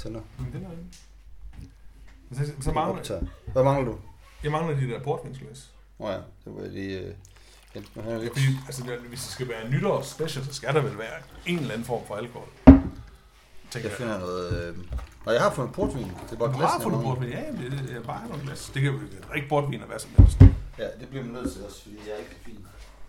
tænder. Men den er så mangler... Hvad mangler du? Jeg mangler de der portvinsglas. Ja, det var lige... Fordi, altså, hvis det skal være en nytårsspecial, så skal der vel være en eller anden form for alkohol. Jeg finder noget... Nej, jeg har fundet portvin. Det er bare glas. Du har fundet portvin? Ja, det er bare nogle glas. Det kan jo ikke portvin og hvad som helst. Ja, det bliver man nødt til også, fordi jeg er ikke fin.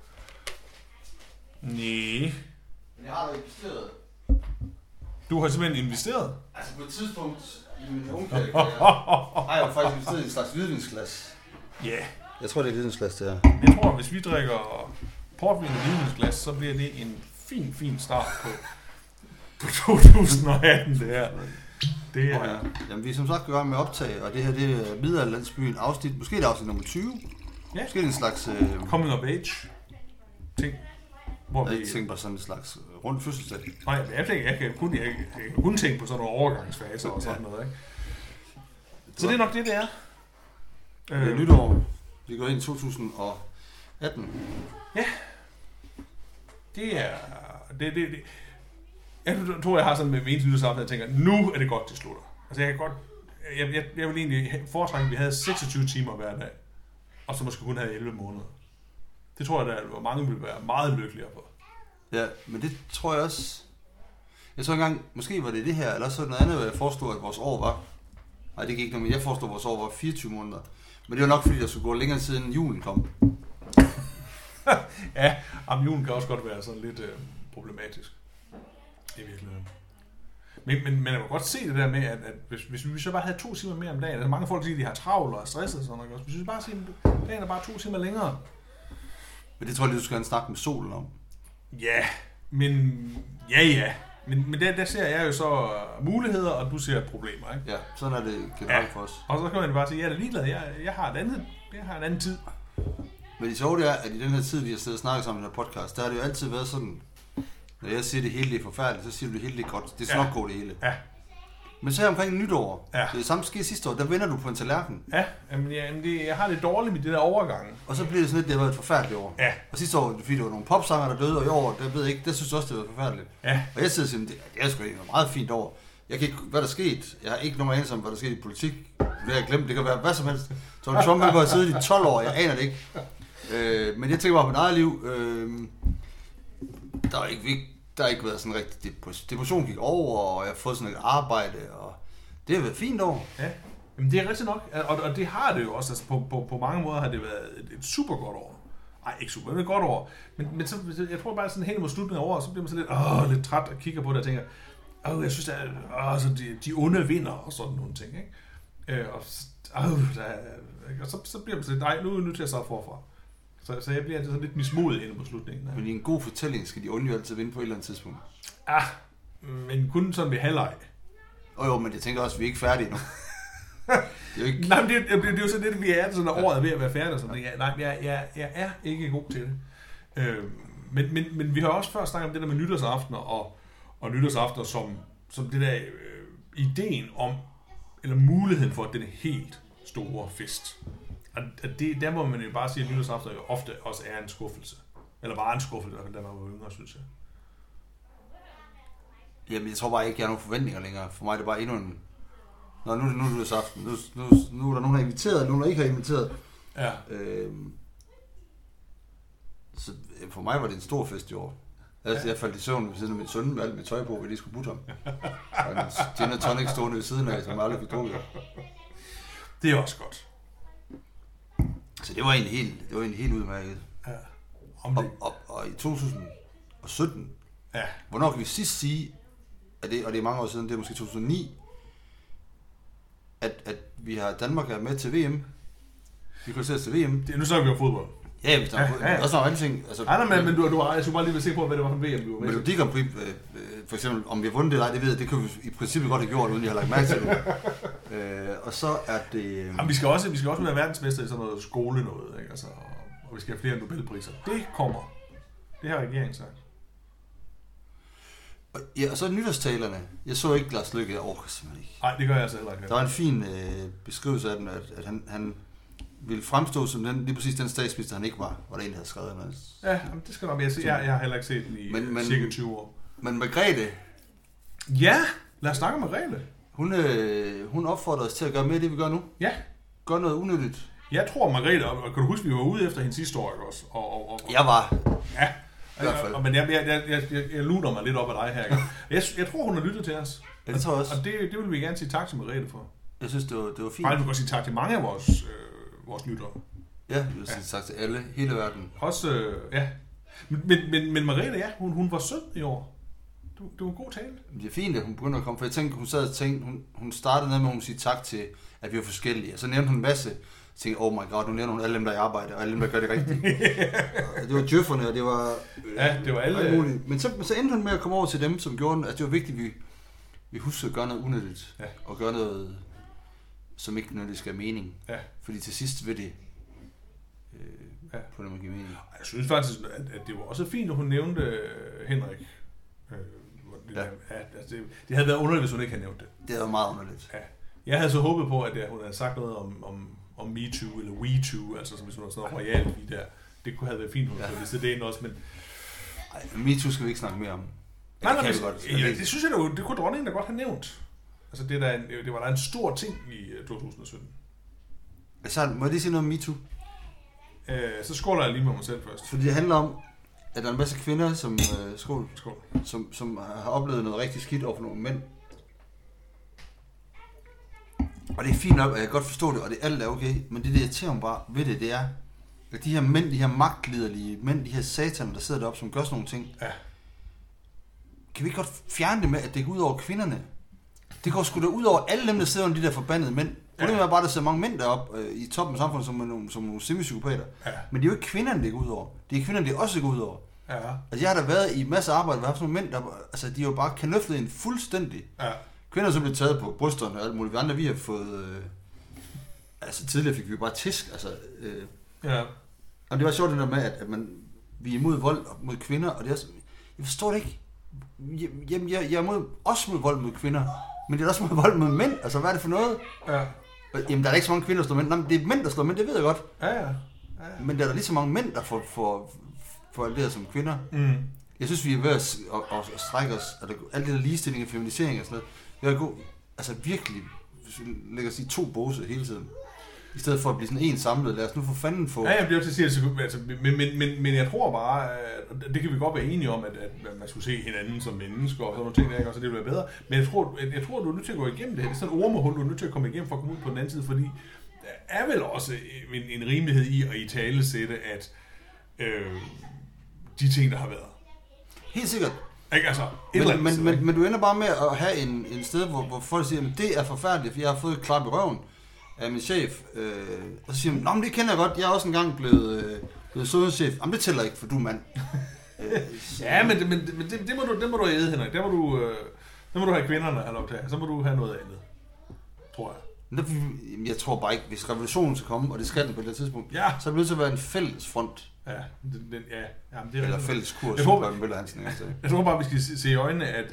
Næh. Men jeg har da investeret. Du har simpelthen investeret? Altså på et tidspunkt i min ungkarriere har jeg faktisk investeret i en slags hvidvinsglas. Ja. Yeah. Jeg tror, det er hvidvinsglas, det her. Jeg tror, hvis vi drikker portvin og hvidvinsglas, så bliver det en fin start på 2018, det her. Det er... Okay. Jamen, vi er som sagt gået med optag, og det her, det er Middelalderlandsbyen afsnit. Måske det er afsnit nummer 20. Ja. Måske det er en slags... Coming of age ting. Hvor jeg tænker på sådan en slags rundt fødselsdag. Nej, jeg kan kun tænke på sådan nogle overgangsfaser og sådan noget, ikke? Så det er nok det er. Det er nytår. Vi går ind i 2018. Ja. Det er... Det. Jeg tror, jeg har sådan med eneste nytårsaften, jeg tænker, nu er det godt, det slutter. Altså, jeg kan godt... Jeg vil egentlig foretrække, at vi havde 26 timer hver dag, og så måske kun have 11 måneder. Det tror jeg, at mange ville være meget lykkeligere på. Ja, men det tror jeg også... Jeg tror engang, måske var det her, eller så noget andet, hvad jeg forestod, at vores år var. Nej, det gik ikke noget, men jeg forestod, at vores år var 24 måneder. Men det var nok, fordi der skulle gå længere siden julen kom. Ja, julen kan også godt være sådan lidt problematisk. I virkeligheden. Men jeg må godt se det der med, at hvis vi så bare havde 2 timer mere om dagen, altså mange folk siger, at de har travlt og er stresset og sådan noget, hvis vi bare siger, at dagen er bare 2 timer længere. Men det tror jeg, du skal have en snak med solen om. Ja, men der ser jeg jo så muligheder, og du ser problemer, ikke? Ja, sådan er det generelt for os. Og så kan man bare sige, at jeg er ligeglad, jeg har en anden tid. Men det sjove er, at i den her tid, vi har siddet og snakket sammen i den her podcast, der har det jo altid været sådan, når jeg siger, det hele det er forfærdeligt, så siger du, det hele det er godt. Det er nok godt det hele. Ja. Men så her omkring nytår, det er samme sker sidste år, der vender du på en tallerken. Ja, jeg har det dårligt med det der overgang. Og så bliver det sådan lidt, det har været et forfærdeligt år. Ja. Og sidste år, fordi der var nogle popsanger, der døde, og i år, der ved jeg ikke, der synes også, det var forfærdeligt. Ja. Og jeg sidder og siger, det er sgu ikke et meget fint år. Jeg kan ikke, hvad der skete. Jeg har ikke nogen anelse om, hvad der skete i politik. Det har jeg glemt, det kan være hvad som helst. Så Trump har gået siddet i 12 år, jeg aner det ikke. Men jeg tænker bare på mit eget liv. Der har ikke været sådan rigtig depression gik over, og jeg har fået sådan et arbejde, og det har været et fint år. Ja, men det er rigtigt nok, og det har det jo også. Altså på mange måder har det været et super godt år. Nej, ikke super, men et godt år. Men så, jeg tror bare sådan hen mod slutningen af året, så bliver man så lidt træt og kigger på det og tænker, jeg synes, at de onde vinder og sådan nogle ting, ikke? Og så bliver man sådan lidt, nej, nu er jeg nødt til at starte forfra. Så jeg bliver sådan lidt mismodig hen mod slutningen. Men i en god fortælling skal de onde jo altid vinde på et eller andet tidspunkt. Ja, men kun sådan ved halvleg. Jo, men jeg tænker også, at vi er ikke færdige nu. Ikke... Nej, men det er jo så det, vi er, sådan året er ved at være færdige. Sådan. Nej, jeg er ikke god til det. Men vi har også før snakket om det der med nytårsaftener, og nytårsaftener som det der ideen om, eller muligheden for, at det er helt store fest. Og der må man jo bare sige, at nytårsaftener jo ofte også er en skuffelse. Eller var en skuffelse, da man var yngre, synes jeg. Jamen, jeg tror bare ikke, jeg har nogen forventninger længere. For mig er det bare endnu en... Nå, nu er det nytårsaften. Nu er der nogen, der er inviteret, og nogen, der ikke har inviteret. Ja. Så for mig var det en stor fest i år. Jeg faldt i søvn ved siden af min søn med alt mit tøj på, hvad de skulle putte ham. Og en gin and tonic stående ved siden af, som jeg aldrig fik drukket. Det er også godt. Så det var egentlig helt udmærket. Ja. Og i 2017, hvornår kan vi sidst sige, og det er mange år siden, det er måske 2009, at vi har Danmark er med til VM. Vi kvalificeres til VM. Nu så vi jo fodbold. Ja, vi snakker fodbold. Også nogle andre ting. Altså, men jeg skulle bare lige se på, hvad det var for VM, vi var med. Melodi Grand Prix, for eksempel, om vi har vundet det eller ej, det ved jeg, det kan vi i princippet godt have gjort, uden jeg har lagt mærke til det. Og så er det... Jamen, vi skal også være verdensmester i sådan noget skole noget, ikke? Altså, og vi skal have flere Nobelpriser. Det kommer. Det har regeringen sagt. Ja, og så nytårstalerne. Jeg så ikke Lars Løkke, jeg orker simpelthen ikke. Nej, det gør jeg altså heller ikke. Der var en fin beskrivelse af den, at han ville fremstå som lige præcis den statsminister, han ikke var der en, der havde skrevet noget. Ja, det skal nok være. Jeg har heller ikke set den i cirka 20 år. Men Margrethe... Ja, lad os snakke om Margrethe. Hun opfordrede os til at gøre mere det, vi gør nu. Ja. Gør noget unødigt. Jeg tror, Margrethe, og kan du huske, vi var ude efter hendes historie også? Jeg var. Ja. I hvert fald. Men jeg luner mig lidt op af dig her. Jeg tror, hun har lyttet til os. Ja, det tror jeg også. Og det vil vi gerne sige tak til Margrethe for. Jeg synes, det var fint. Faktisk vil vi sige tak til mange af vores lyttere. Ja, jeg vil sige tak til alle, hele verden. Også, ja. Men Margrethe, ja, hun var sød i år. Det var en god tale. Det er fint, at hun begynder at komme, for jeg tænkte, hun startede med, at hun sige tak til, at vi var forskellige. Og så nævnte hun en masse. Jeg tænkte, oh my god, nu nævner hun alle dem, der er i arbejde, og alle dem, der gør det rigtigt. Det var djøfferne, og det var... Ja, det var alle... muligt. Men så endte hun med at komme over til dem, som gjorde, at det var vigtigt, at vi huskede at gøre noget unødigt. Ja. Og gøre noget, som ikke nødvendigvis skal have mening. Ja. Fordi til sidst vil det... på det, man giver mening. Jeg synes faktisk, at det var også fint, at hun nævnte Henrik. Det havde været underligt, hvis hun ikke havde nævnt det. Det havde været meget underligt. Ja. Jeg havde så håbet på, at hun havde sagt noget om MeToo, eller WeToo, altså som hvis hun havde sådan noget royalt lige der. Det kunne have været fint, hun havde listet det ind også, men... MeToo skal vi ikke snakke mere om. Nej, det synes jeg da, det kunne dronningen da godt have nævnt. Altså det var da en stor ting i 2017. Altså, må jeg lige sige noget om MeToo? Så skåler jeg lige med mig selv først. Fordi det handler om, at der er en masse kvinder, som har oplevet noget rigtig skidt over for nogle mænd. Og det er fint nok, og jeg kan godt forstå det, og det alt er okay. Men det irriterer mig bare ved det er, at de her mænd, de her magtliderlige mænd, de her sataner, der sidder deroppe, som gør sådan nogle ting. Ja. Kan vi ikke godt fjerne det med, at det går ud over kvinderne? Det går sgu da ud over alle dem, der sidder under de der forbandede mænd. Problemet er bare, at der sidder mange mænd deroppe i toppen af samfundet, som nogle semipsykopater. Ja. Men det er jo ikke kvinderne, det går ud over. Det er kvinderne, det også går ud over. Ja. Altså, jeg har da været i en masse arbejde, hvor jeg har haft sådan nogle mænd, der altså, de har jo bare kanøflet en fuldstændig. Ja. Kvinder, som blev taget på brysterne og alt muligt. Vi andre, vi har fået... altså, tidligere fik vi bare tisk. Altså, ja. Og det var sjovt det der med, at vi er imod vold mod kvinder, og det er... Jeg forstår det ikke. Jeg er også mod vold mod kvinder, men det er også mod vold mod mænd. Altså, hvad er det for noget? Ja. Jamen, der er ikke så mange kvinder, der slår mænd. Nej, men det er mænd, der slår mænd, det ved jeg godt. Ja. Men der er lige så mange mænd, der får alt det her som kvinder. Mm. Jeg synes, vi er ved at strække os, alt det der ligestilling og feminisering og sådan noget. Jeg er god, altså virkelig lægger os i 2 båse hele tiden. I stedet for at blive sådan en samlet. Lad os nu for fanden få... Ja, jeg bliver til at sige det, altså, men jeg tror bare, det kan vi godt være enige om, at man skulle se hinanden som mennesker og sådan nogle ting, der, ikke? Så det ville være bedre. Men jeg tror, du er nødt til at gå igennem det her. Det er sådan et ormehul, du er nødt til at komme igennem for at komme ud på den anden side, fordi der er vel også en rimelighed i at italesætte, at de ting, der har været. Helt sikkert. Ikke, altså, men du ender bare med at have en sted, hvor folk siger, at det er forfærdeligt, for jeg har fået et klap i røven af min chef. Og så siger man, men det kender jeg godt, jeg er også engang blevet sundhedschef. Jamen det tæller ikke, for du er mand. Ja, men det må du æde, Henrik. Det må du have kvinderne have lov til. Så må du have noget andet, tror jeg. Jeg tror bare ikke, hvis revolutionen skal komme, og det skal den på det tidspunkt, så er det nødt til at være en fælles front. Ja, det er eller fælles kurs, jeg tror bare, vi skal se i øjnene, at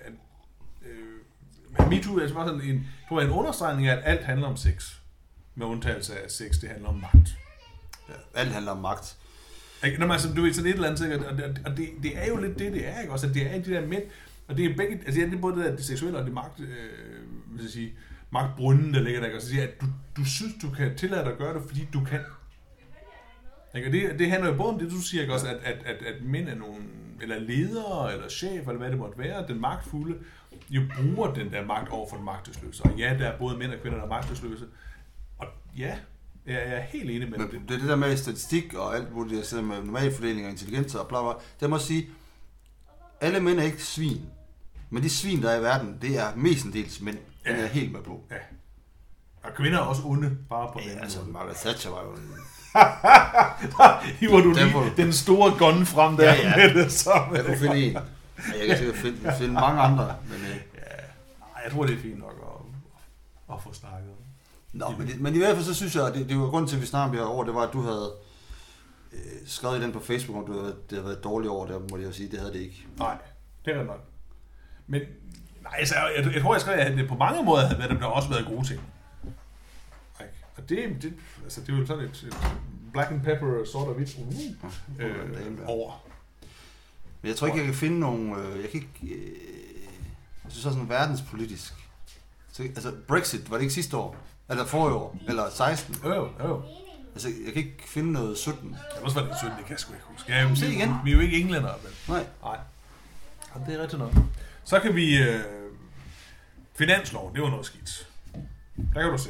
MeToo er bare sådan en understregning af, at alt handler om sex. Med undtagelse af sex, det handler om magt. Ja, alt handler om magt. Når man, altså, du ved sådan et eller andet sikkert, og det er jo lidt det er, ikke? Også, at det er de der mænd, og det er begge, altså det er både det, der, det seksuelle og det magtbrunden, der ligger der, og så siger, at du synes, du kan tillade dig at gøre det, fordi du kan. Ikke? Det handler jo både om det, du siger, ikke? Også, at mænd er nogle, eller ledere, eller chef, eller hvad det måtte være, den magtfulde, jo bruger den der magt over for den magtesløse. Og ja, der er både mænd og kvinder, der er magtesløse. Og ja, jeg er helt enig med det. Det er det der med statistik og alt muligt, der sidder med normalfordeling og intelligens og bla bla. Det må sige, alle mænd er ikke svin. Men de svin, der er i verden, det er mestendels mænd. Den er jeg helt med på. Ja. Og kvinder er også onde, bare på den måde. Altså, Margaret Thatcher var jo en... Hiver du lige den store gun frem der med det samme. Jeg kunne finde en. Jeg kan sikkert finde mange andre. Men, jeg tror, det er fint nok at få snakket. Nå, men i hvert fald så synes jeg, at det var grunden til, at vi snakkede om det her år, det var, at du havde skrevet i den på Facebook, om det havde været et dårligt år, der må jeg jo sige, det havde det ikke. Nej, det er det nok. Men altså, jeg tror, jeg skrev, at det på mange måder havde været, der også været gode ting. Og det er jo sådan et black and pepper sort of hvidt over. Men jeg tror ikke, jeg kan finde nogen... jeg synes også sådan verdenspolitisk. Så, altså, Brexit, var det ikke sidste år? Eller forrige år? Eller 16? Jo. Altså, jeg kan ikke finde noget 17. Det også var det 17, det kan jeg sgu ikke huske. Ja, se igen. Vi er jo ikke englændere, vel? Nej. Jamen, det er rigtigt nok. Så kan vi... Finanslov, det var noget skidt. Der kan du se.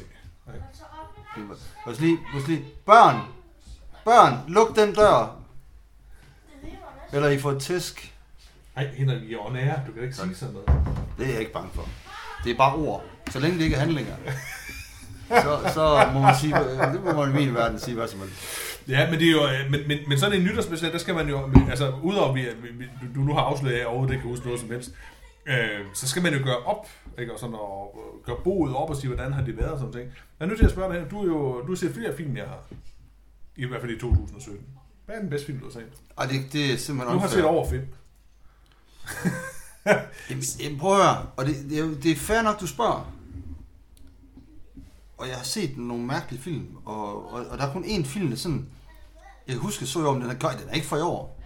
Måske. Børn, luk den dør. Eller I får et tæsk. Nej, Henrik, I er on air. Du kan ikke sige sådan noget. Det er jeg ikke bange for. Det er bare ord. Så længe det ikke er handlinger. så må man sige, det må man i min verden sige, hvad som helst. Ja, men det er jo, men sådan en nytårsspecial, der skal man jo, altså udover du nu har afsløret, at jeg overhovedet ikke kan huske noget som helst, så skal man jo gøre op, ikke, og sådan og gøre boet op og sige, hvordan har det været og sådan ting. Jeg er nødt til at spørge dig her, du har set flere film, jeg har, i hvert fald i 2017. Hvad er den bedste film, du har set? Ej, det er simpelthen du har set over 5. Jamen, prøv at høre, og det er fair nok, du spørger. Og jeg har set nogle mærkelige film, og der er kun én film, der sådan... Jeg husker så jo om den er gøj, den er ikke fra i år.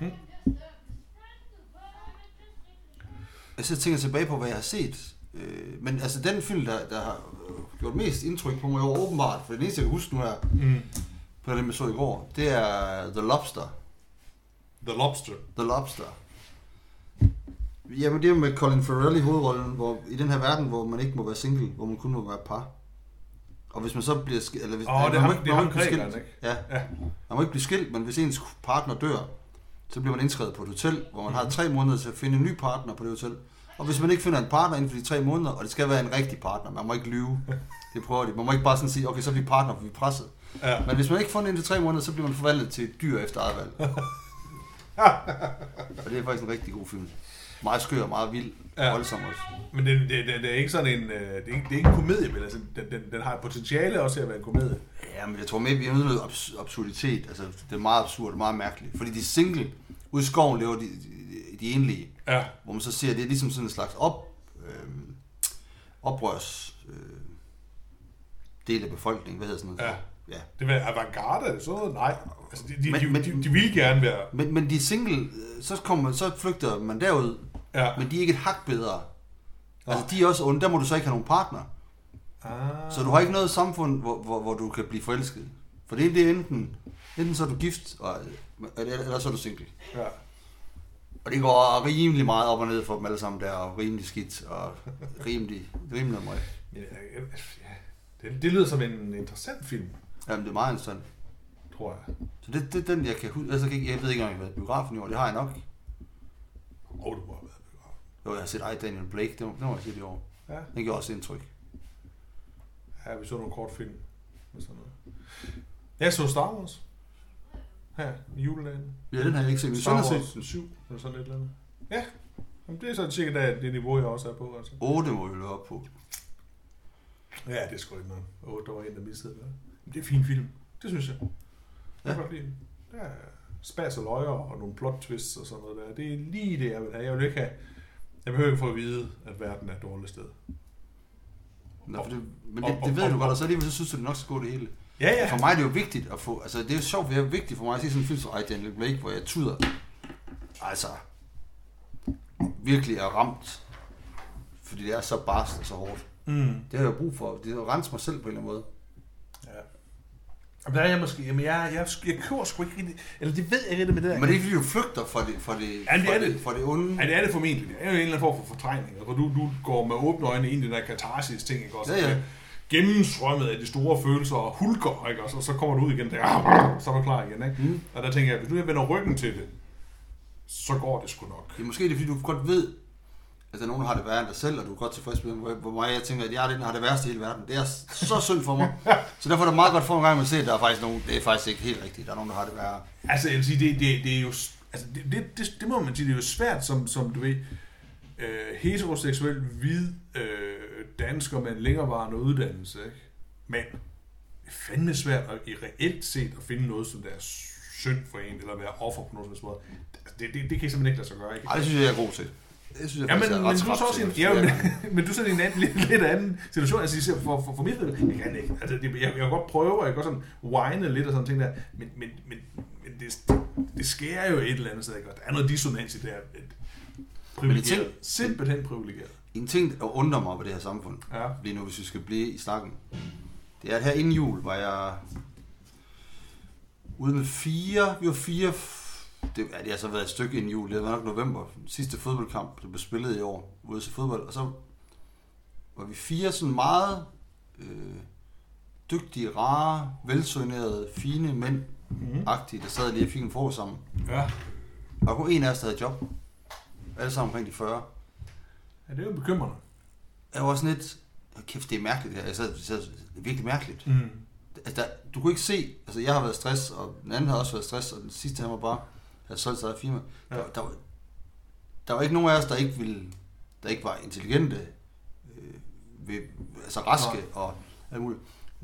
Jeg så tænker tilbage på, hvad jeg har set. Men altså den film, der har gjort mest indtryk på mig over åbenbart, for det eneste, jeg kan huske nu her, på det, jeg så i går, det er The Lobster. The Lobster? The Lobster. Jamen det er med Colin Farrell i hovedrollen, hvor i den her verden, hvor man ikke må være single, hvor man kun må være par. Og hvis man så bliver skilt, eller hvis man må ikke blive skilt, ja. Man må ikke blive skilt, men hvis ens partner dør, så bliver man indskrevet på et hotel, hvor man har 3 måneder til at finde en ny partner på det hotel. Og hvis man ikke finder en partner inden for de 3 måneder, og det skal være en rigtig partner, man må ikke lyve. Det prøver de. Man må ikke bare sådan sige, okay, så er vi partner, for vi er presset. Ja. Men hvis man ikke får den inden for 3 måneder, så bliver man forvandlet til et dyr efter eget valg. Og det er faktisk en rigtig god film. Meget skør og meget vild. Ja. Voldsom også. Men det er ikke sådan en... Det er ikke en komedie, men altså, den har et potentiale også at være en komedie. Ja, men jeg tror mere, vi har noget absurditet. Altså, det er meget absurd og meget mærkeligt. Fordi de single ude i skoven lever de enlige. Ja. Hvor man så ser, det er ligesom sådan en slags oprørs del af befolkningen. Hvad hedder sådan noget? Ja. Ja. Det var avantgarde, så noget? Nej. Altså, de vil gerne være... Men de single, så flygter man derud, men de er ikke et hak bedre. Altså, de er også onde, der må du så ikke have nogen partner. Så du har ikke noget samfund, hvor du kan blive forelsket. For det er enten så er du gift, eller så er du single. Ja. Og det går rimelig meget op og ned for dem alle sammen der, og rimelig skidt, og rimelig meget. Ja, det lyder som en interessant film. Jamen, det er meget interessant. Tror jeg. Så det er den, jeg kan huske. Altså, jeg ved ikke, om jeg har været i biografen i år. Det har jeg nok. Du har været i biografen. Jo, jeg har set Daniel Blake. Det var jeg set i år. Ja. Den gjorde også indtryk. Ja, vi så nogle kort film. Med sådan noget. Jeg så Star Wars. Her, i juledagen. Ja, den har jeg ikke set. Star Wars 7, eller sådan et eller andet. Ja, jamen, det er sådan cirka det niveau, jeg også er på. Altså. 8 må vi løbe op på. Ja, det er sgu ikke noget. 8, der var en, der mistede det. Men det er en fin film. Det synes jeg. Ja. Det er godt lide. Der er spas og løjer og nogle plot twists og sådan noget der. Det er lige det, jeg vil have. Jeg vil ikke have... Jeg behøver ikke få at vide, at verden er et dårligt sted. Nå, for det ved du godt, og så alligevel så synes du, det nok skal gå det hele. Ja. For mig er det jo vigtigt at få... Altså, det er jo sjovt, det er vigtigt for mig at se sådan en film som Daniel Blake, hvor jeg tuder. Altså... Virkelig er ramt. Fordi det er så barst og så hårdt. Det har jeg brug for. Det er at rense mig selv på en eller anden måde. Ja. Men der er jeg måske... Jamen, jeg kører sgu ikke rigtig... Eller det ved jeg ikke med det der. Men det er fordi, du flygter fra det onde. Ja, det er det formentlig. Det er jo en eller anden form for fortrængning. Hvor du går med åbne øjne ind i den der katarsis ting, ikke også? Ja. Gennemstrømmet af de store følelser og hulker, ikke også? Og så kommer du ud igen, der, så er du klar igen, ikke? Og der tænker jeg, hvis du vender ryggen til det, så går det sgu nok. Det er måske det, fordi du godt ved, at der er nogen, der har det værre end dig selv, og du er godt tilfreds med, hvor meget jeg tænker, at jeg har det værste i hele verden. Det er så synd for mig. Så derfor er det meget godt for en gang, at se, at der er faktisk nogen, det er faktisk ikke helt rigtigt, der er nogen, der har det værre. Altså, jeg vil sige, det er jo, altså, det må man sige, det er jo svært, som du ved, heteroseksuel, hvid dansker med en længerevarende uddannelse, ikke? Men det er fandme svært at, i reelt set at finde noget, som der er synd for en, eller være offer på noget som helst måde. Det kan I simpelthen ikke lade sig gøre, ikke? Ej, det synes jeg er god til. Det synes jeg men du så også men du er sådan i en lidt anden situation, altså siger for mit jeg kan ikke. Altså jeg kan godt prøve, og jeg kan godt sådan whine lidt og sådan ting der, men det skærer jo et eller andet sted, ikke? Der er noget dissonans i det her. Privilegeret. Simpelthen privilegeret. en ting, der undrer mig ved det her samfund, lige nu, hvis vi skal blive i snakken, det er, at her inden jul var jeg ude med 4, vi var 4, det har så været et stykke inden jul, det var nok november, sidste fodboldkamp, der blev spillet i år, ude til fodbold, og så var vi 4 sådan meget dygtige, rare, velsøgnerede, fine mænd-agtige, der sad lige og fik en frokost sammen. Ja. Og der var en af os, der havde job. Alle sammen omkring de 40. Ja, det er jo bekymrende. Jeg var sådan lidt, kæft, det er mærkeligt. Altså, det er virkelig mærkeligt. Altså, du kunne ikke se, altså jeg har været stress, og den anden har også været stress, og den sidste han var bare, havde solgt sig af firma. Ja. Der var ikke nogen af os, der ikke var intelligente, altså raske og alt muligt.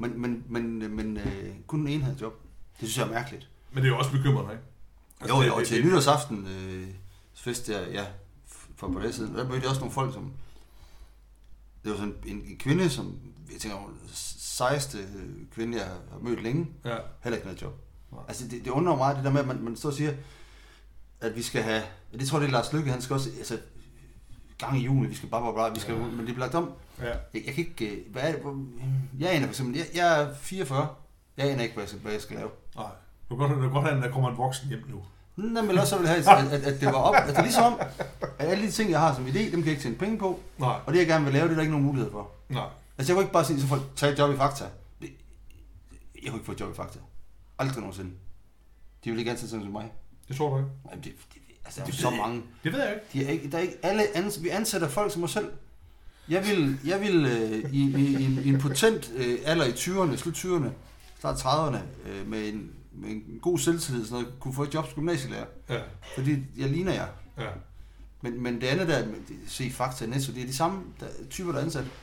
Men kun den ene havde job. Det synes jeg er mærkeligt. Men det er jo også bekymrende, ikke? Altså, jo, til nytårsaften fest der, for et par dage siden, der mødte jeg også nogle folk, som... Det var sådan en kvinde, som... Jeg tænker, sejeste kvinde, jeg har mødt længe. Ja. Heller ikke noget job. Ja. Altså, det undrer mig det der med, at man står og siger, at vi skal have... Det tror jeg, det er Lars Løkke, han skal også... Altså, gang i juni, vi skal bare, vi skal... Men det bliver lagt om. Ja. Jeg kan ikke... Hvad er det? Jeg aner for eksempel... Jeg er 44. Jeg aner ikke, hvad jeg skal lave. Nej. Det er godt, at der kommer en voksen hjem nu. Nej, men også vil jeg have, at det var op. Altså ligesom, at alle de ting, jeg har som idé, dem kan jeg ikke tjene penge på. Nej. Og det, jeg gerne vil lave, det er der ikke nogen mulighed for. Nej. Altså, jeg kunne ikke bare sige, så folk tage et job i Fakta. Jeg kunne ikke få et job i Fakta. Aldrig nogensinde. De vil ikke ansætte sådan som mig. Det tror du ikke? Jamen, altså, der er så mange. Det ved jeg ikke. Der er ikke alle vi ansætter folk som mig selv. Jeg vil i en potent alder i 20'erne, slut 20'erne, start 30'erne, med en god selvtillid, sådan noget, kunne få et job som gymnasielærer. Ja. Fordi jeg ligner jer. Ja. Men det andet der, se Fakta Netto, det er de samme typer, der er ansat.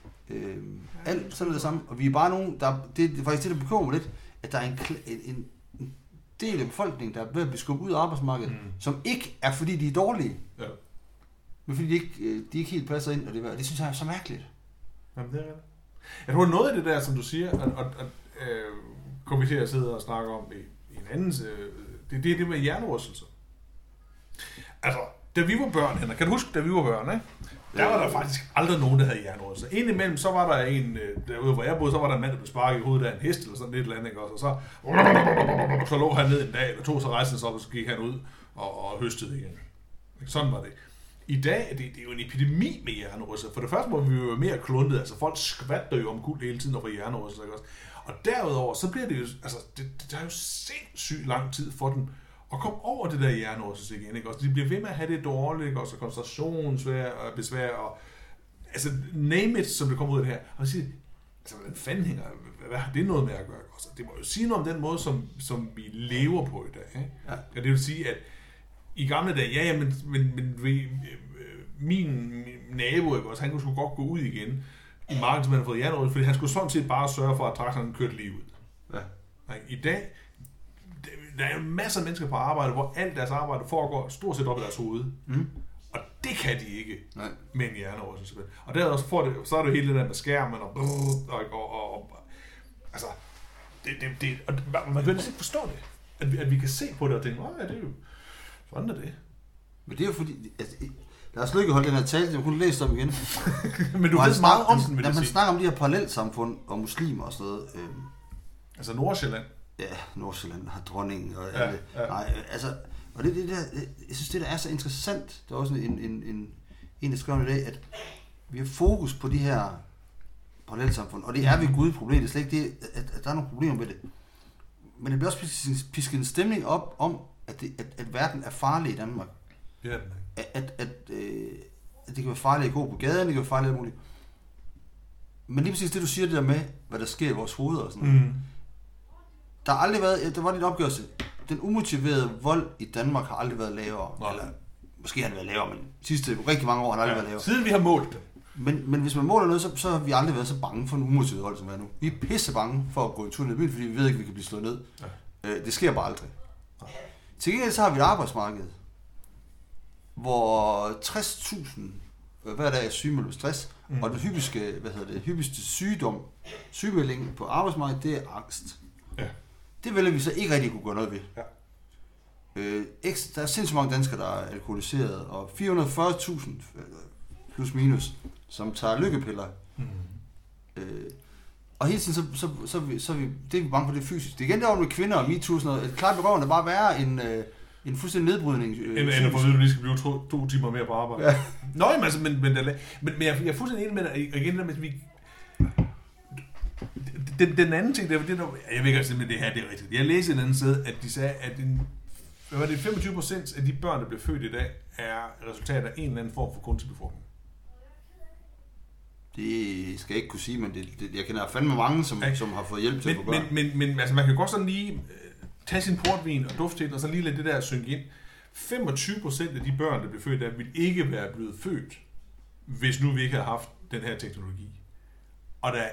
Alt sådan det samme. Og vi er bare nogen, det er faktisk det, der bekymrer mig lidt, at der er en del af befolkningen, der er ved at blive skubbet ud af arbejdsmarkedet, som ikke er, fordi de er dårlige. Ja. Men fordi de ikke helt passer ind, og det synes jeg er så mærkeligt. Jamen, det er det. Jeg tror, noget af det der, som du siger, kommer vi til at sidde og snakke om i en anden... Det er det med hjernerystelser. Altså, da vi var børn, Henrik, kan du huske, da vi var børn, ikke? Der var der faktisk aldrig nogen, der havde hjernerystelser. Indimellem, så var der en, derude hvor jeg boede, så var der en mand, der blev sparket i hovedet af en hest, eller sådan et eller andet, ikke? Og så lå han ned en dag, eller to, så rejste han sig op, og så gik han ud og høstede igen. Sådan var det. I dag det er jo en epidemi med hjernerystelser. For det første må vi jo være mere kluntet, altså folk skvatter jo omkuld hele tiden over hjernerystelser, ikke også? Og derudover, så bliver det jo, altså, det tager jo sindssygt lang tid for den at komme over det der hjernerystelse igen, ikke også? De bliver ved med at have det dårligt, ikke også? Og koncentrationsbesvær, og altså, name it, som det kommer ud af det her. Og så siger altså, hvad fanden hænger, hvad har det noget med at gøre? Altså, det må jo sige noget om den måde, som vi lever på i dag, ikke? Ja. Og det vil sige, at i gamle dage, men min nabo, ikke også, han kunne sgu godt gå ud igen i marken, som han har fået hjernerystelse, fordi han skulle sådan set bare sørge for, at traktoren kørte lige ud. Ja. I dag, der er jo masser af mennesker på arbejde, hvor alt deres arbejde foregår stort set op i deres hoved. Og det kan de ikke med en hjernerystelse. Og der så er det jo hele det der med skærmen og altså, og man kan jo ikke forstå det. At vi kan se på det og tænke, det er jo sådan er det. Men det er jo fordi, der er slet ikke holdt den her tale, jeg kunne læse dem igen. Men du ved meget om den, vil jeg sige. Man snakker om de her parallelsamfund og muslimer og sådan noget. Altså Nordsjælland. Ja, Nordsjælland har dronningen og alle. Ja. Nej, altså, og det der, jeg synes det der er så interessant. Der er også en der skrev i dag, at vi har fokus på de her parallelsamfund, og det er ved Gud problem. Det er slet ikke det, at der er nogle problemer med det. Men det bliver også pisket en stemning op om, at verden er farlig i Danmark. Ja. At det kan være farligt at gå på gaden, det kan være farligt alt muligt. Men lige præcis det, du siger det der med, hvad der sker i vores hoveder og sådan noget. Der har aldrig været, der var lidt opgørelse. Den umotiverede vold i Danmark har aldrig været lavere. Nå. Eller måske har den været lavere, men sidste rigtig mange år har den aldrig været lavere. Siden vi har målt det. Men hvis man måler noget, så har vi aldrig været så bange for en umotiveret vold, som vi er nu. Vi er pisse bange for at gå en tur ned i byen, fordi vi ved ikke, at vi kan blive slået ned. Ja. Det sker bare aldrig. Ja. Til gengæld så har vi et arbejdsmarked, hvor 60.000 hver dag er sygemeldt stress, og den hyppigste sygemelding på arbejdsmarkedet, det er angst. Ja. Det vil vi så ikke rigtig kunne gøre noget ved. Ja. Der er sindssygt mange danskere, der er alkoholiseret, og 440.000 plus minus, som tager lykkepiller. Og hele tiden, så det er vi bange for, det fysisk. Det er igen derovre med kvinder og MeToo og sådan noget. Klart begrøven er bare være en fuldstændig nedbrydning. End at få at vide, at du lige skal blive 2 timer mere på arbejde. Ja. Nå, men jeg er fuldstændig enig med dig. Igen, hvis vi... Den anden ting, jeg ved ikke simpelthen, det her det er rigtigt. Jeg læste et andet sted, at de sagde, at 25% af de børn, der bliver født i dag, er resultat af en eller anden form for kunstig befrugtning. Det skal jeg ikke kunne sige, men jeg kender fandme mange, som har fået hjælp til at få børn. Men altså, man kan godt sådan lige tage sin portvin og dufte til, og så lige lade det der synke ind. 25% af de børn, der bliver født i dag, vil ikke være blevet født, hvis nu vi ikke havde haft den her teknologi. Og der er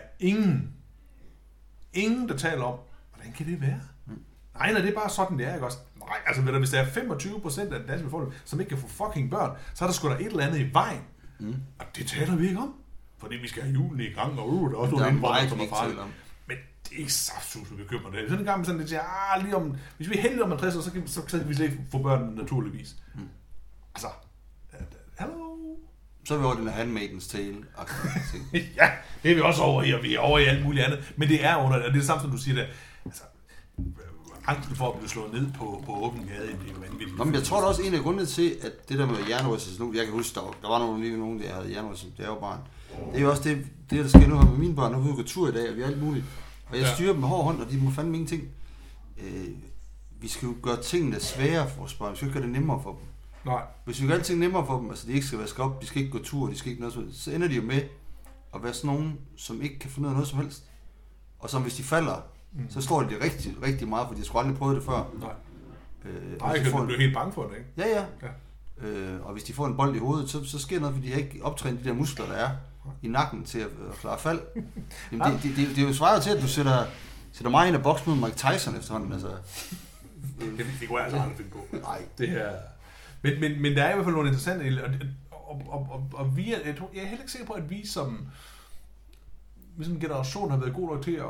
ingen, der taler om, hvordan kan det være? Nej, det er bare sådan, det er, ikke også? Nej, altså hvis der er 25% af den danske befolkning, som ikke kan få fucking børn, så er der sgu da et eller andet i vejen. Og det taler vi ikke om. Fordi vi skal have julen i gang, og der er også nogle indvandrere, som er farlige. Men det er saftsus, vi bekymrer det. Sådan en gang med sådan lidt, lige om, hvis vi er heldige om 50 år, så kan vi slet ikke få børn naturligvis. Altså, hallo? Så er vi over den Handmaidens Tale. Ja, det er vi også over i, og vi er over i alt muligt andet. Men det er under det, og det er det samme, som du siger der. Altså, angsten for at blive slået ned på åben gade, det er jo vanvittigt. Nå, men jeg tror da også, en af grundene til, at det der med hjernerystelse nu, jeg kan huske, der var nogen, der havde hjernerystelse, det er jo barn. Det er jo også det der sker nu her med mine børn. Nu er vi ude og gå tur i dag, og vi er alt muligt. Og jeg styrer dem med hård hånd, og de må fandme ingenting. Vi skal jo gøre tingene sværere for vores børn. Vi skal ikke gøre det nemmere for dem. Nej. Hvis vi gør alting nemmere for dem, altså de ikke skal vaske op, de skal ikke gå tur, de skal ikke noget, så ender de jo med at være sådan nogen, som ikke kan finde ud af noget som helst. Og som hvis de falder, så står de rigtig, rigtig meget, for de har sgu aldrig prøvet det før. Nej. Jeg kan blive helt bange for det, ikke? Ja. Og hvis de får en bold i hovedet, så sker noget, fordi de har ikke optrænet de der muskler, der er i nakken til at klare fald. Jamen, det er jo svaret til, at du sætter mig ind i boks mod Mike Tyson efterhånden. Altså. Det kunne jeg altså aldrig finde på. Nej. Det her... Men der er i hvert fald nogle interessante... Og vi jeg er heller ikke sikker på, at vi som generation har været gode nok til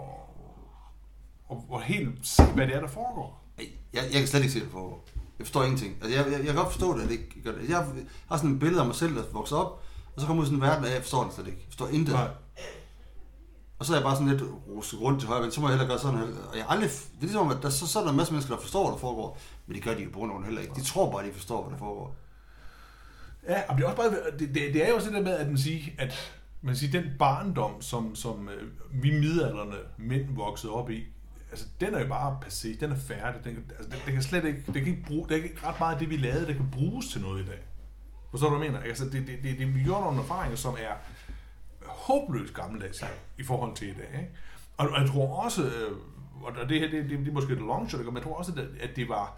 at helt se, hvad det er, der foregår. Jeg kan slet ikke se det foregår. Jeg forstår ingenting. Altså, jeg kan godt forstå det, at det ikke gør det. Jeg har sådan et billede af mig selv, der vokser op, og så kommer ud i sådan en verden, og jeg forstår det slet ikke. Jeg forstår intet. Nej. Og så er jeg bare sådan lidt rustet rundt til højre, så må jeg heller gøre sådan her. Og jeg aldrig, det er ligesom, at så er der en masse mennesker, der forstår, hvad der foregår, men det gør de jo på grund af heller ikke. De tror bare, at de forstår, hvad der foregår. Ja, og det er også bare, det er jo også det der med, at man siger, den barndom, som vi midaldrende mænd voksede op i, altså den er jo bare passé, den er færdig, den kan slet ikke, det kan ikke bruge, det er ikke ret meget af det, vi lavede, der kan bruges til noget i dag. Forstår du, hvad jeg mener? Altså vi gjorde nogle erfaringer, som er håbløst gammeldags i forhold til i dag, ikke? Og jeg tror også, og det her, det er måske et long shot, men jeg tror også, at det var